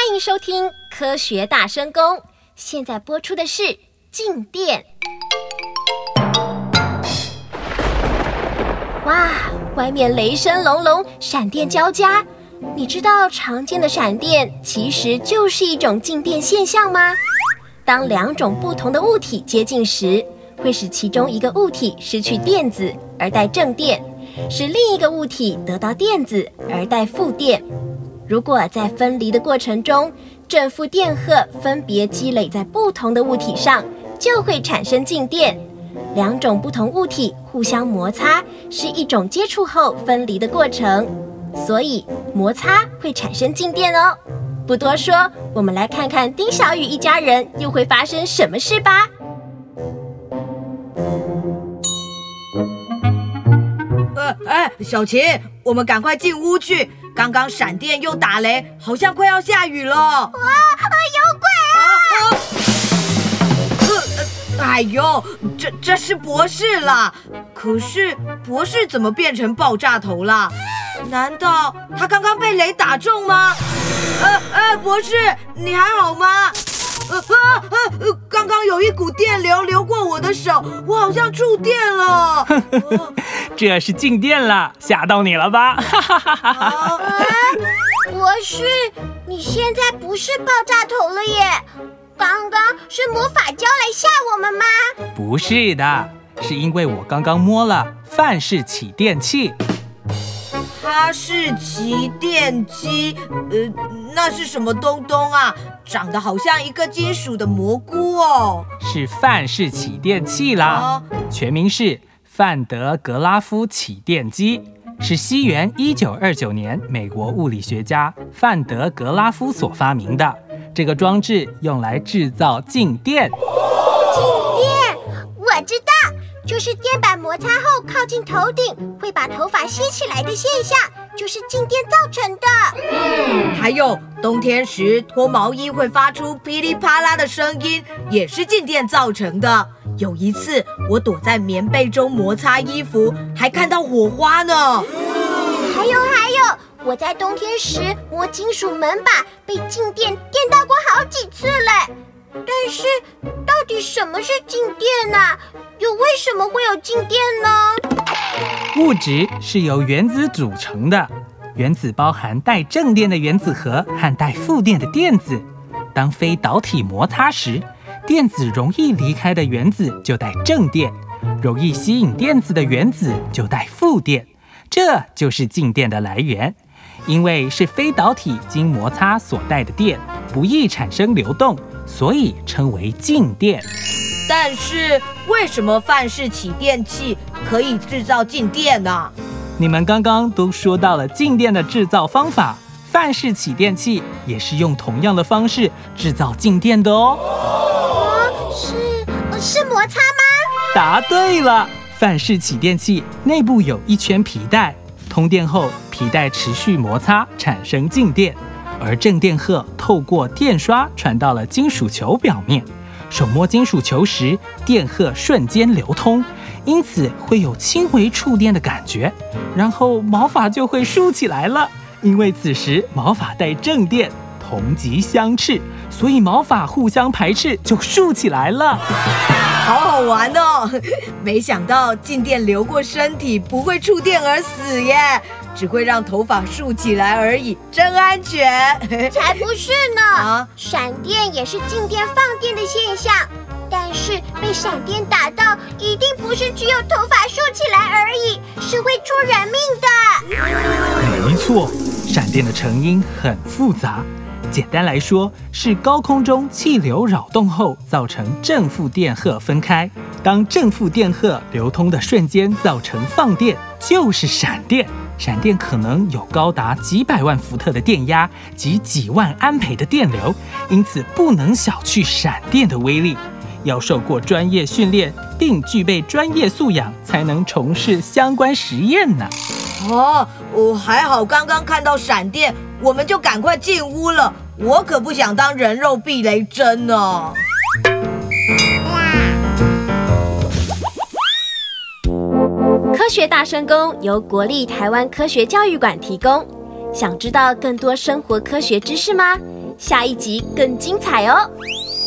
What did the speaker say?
迎收听科学大声公，现在播出的是静电。哇，外面雷声隆隆，闪电交加。你知道常见的闪电其实就是一种静电现象吗？当两种不同的物体接近时，会使其中一个物体失去电子而带正电，使另一个物体得到电子而带负电。如果在分离的过程中，正负电荷分别积累在不同的物体上，就会产生静电。两种不同物体互相摩擦，是一种接触后分离的过程，所以摩擦会产生静电哦。不多说，我们来看看丁小雨一家人又会发生什么事吧。 小琴，我们赶快进屋去，刚刚闪电又打雷，好像快要下雨了。 有鬼啊！ 哎呦，这是博士啦！可是博士怎么变成爆炸头啦？难道他刚刚被雷打中吗？博士，你还好吗？刚刚有一股电流流过我的手，我好像触电了。 这是静电了，吓到你了吧？ 博士，你现在不是爆炸头了耶？刚刚是魔法胶来吓我们吗？ 不是的，是因为我刚刚摸了范氏起电器。 它是起电机，那是什么东东啊？长得好像一个金属的蘑菇哦。 是范氏起电器啦，全名是范德格拉夫起电机，是西元1929年美国物理学家范德格拉夫所发明的。这个装置用来制造静电。 静电，我知道，就是电板摩擦后靠近头顶，会把头发吸起来的现象，就是静电造成的。 还有冬天时脱毛衣会发出噼里啪啦的声音，也是静电造成的。有一次我躲在棉被中摩擦衣服，还看到火花呢。 还有，我在冬天时摸金属门把，被静电电到过好几次嘞。但是到底什么是静电啊？又为什么会有静电呢？ 物质是由原子组成的，原子包含带正电的原子核和带负电的电子。当非导体摩擦时，电子容易离开的原子就带正电，容易吸引电子的原子就带负电，这就是静电的来源。因为是非导体经摩擦所带的电，不易产生流动，所以称为静电。 但是为什么范氏起电器可以制造静电呢？ 你们刚刚都说到了静电的制造方法，范氏起电器也是用同样的方式制造静电的哦。 是摩擦吗？ 答对了，范氏起电器内部有一圈皮带，通电后皮带持续摩擦产生静电，而正电荷透过电刷传到了金属球表面。手摸金属球时，电荷瞬间流通，因此会有轻微触电的感觉，然后毛发就会竖起来了。因为此时毛发带正电，同极相斥，所以毛发互相排斥，就竖起来了。 好好玩哦！没想到静电流过身体不会触电而死耶，只会让头发竖起来而已，真安全。 才不是呢！闪电也是静电放电的现象，但是被闪电打到，一定不是只有头发竖起来而已，是会出人命的。 没错，闪电的成因很复杂。简单来说，是高空中气流扰动后造成正负电荷分开，当正负电荷流通的瞬间造成放电，就是闪电。闪电可能有高达几百万伏特的电压及几万安培的电流，因此不能小觑闪电的威力。要受过专业训练并具备专业素养，才能从事相关实验呢。 我还好，刚刚看到闪电，我们就赶快进屋了。我可不想当人肉避雷针呢。 科学大声公由国立台湾科学教育馆提供。想知道更多生活科学知识吗？ 下一集更精彩哦。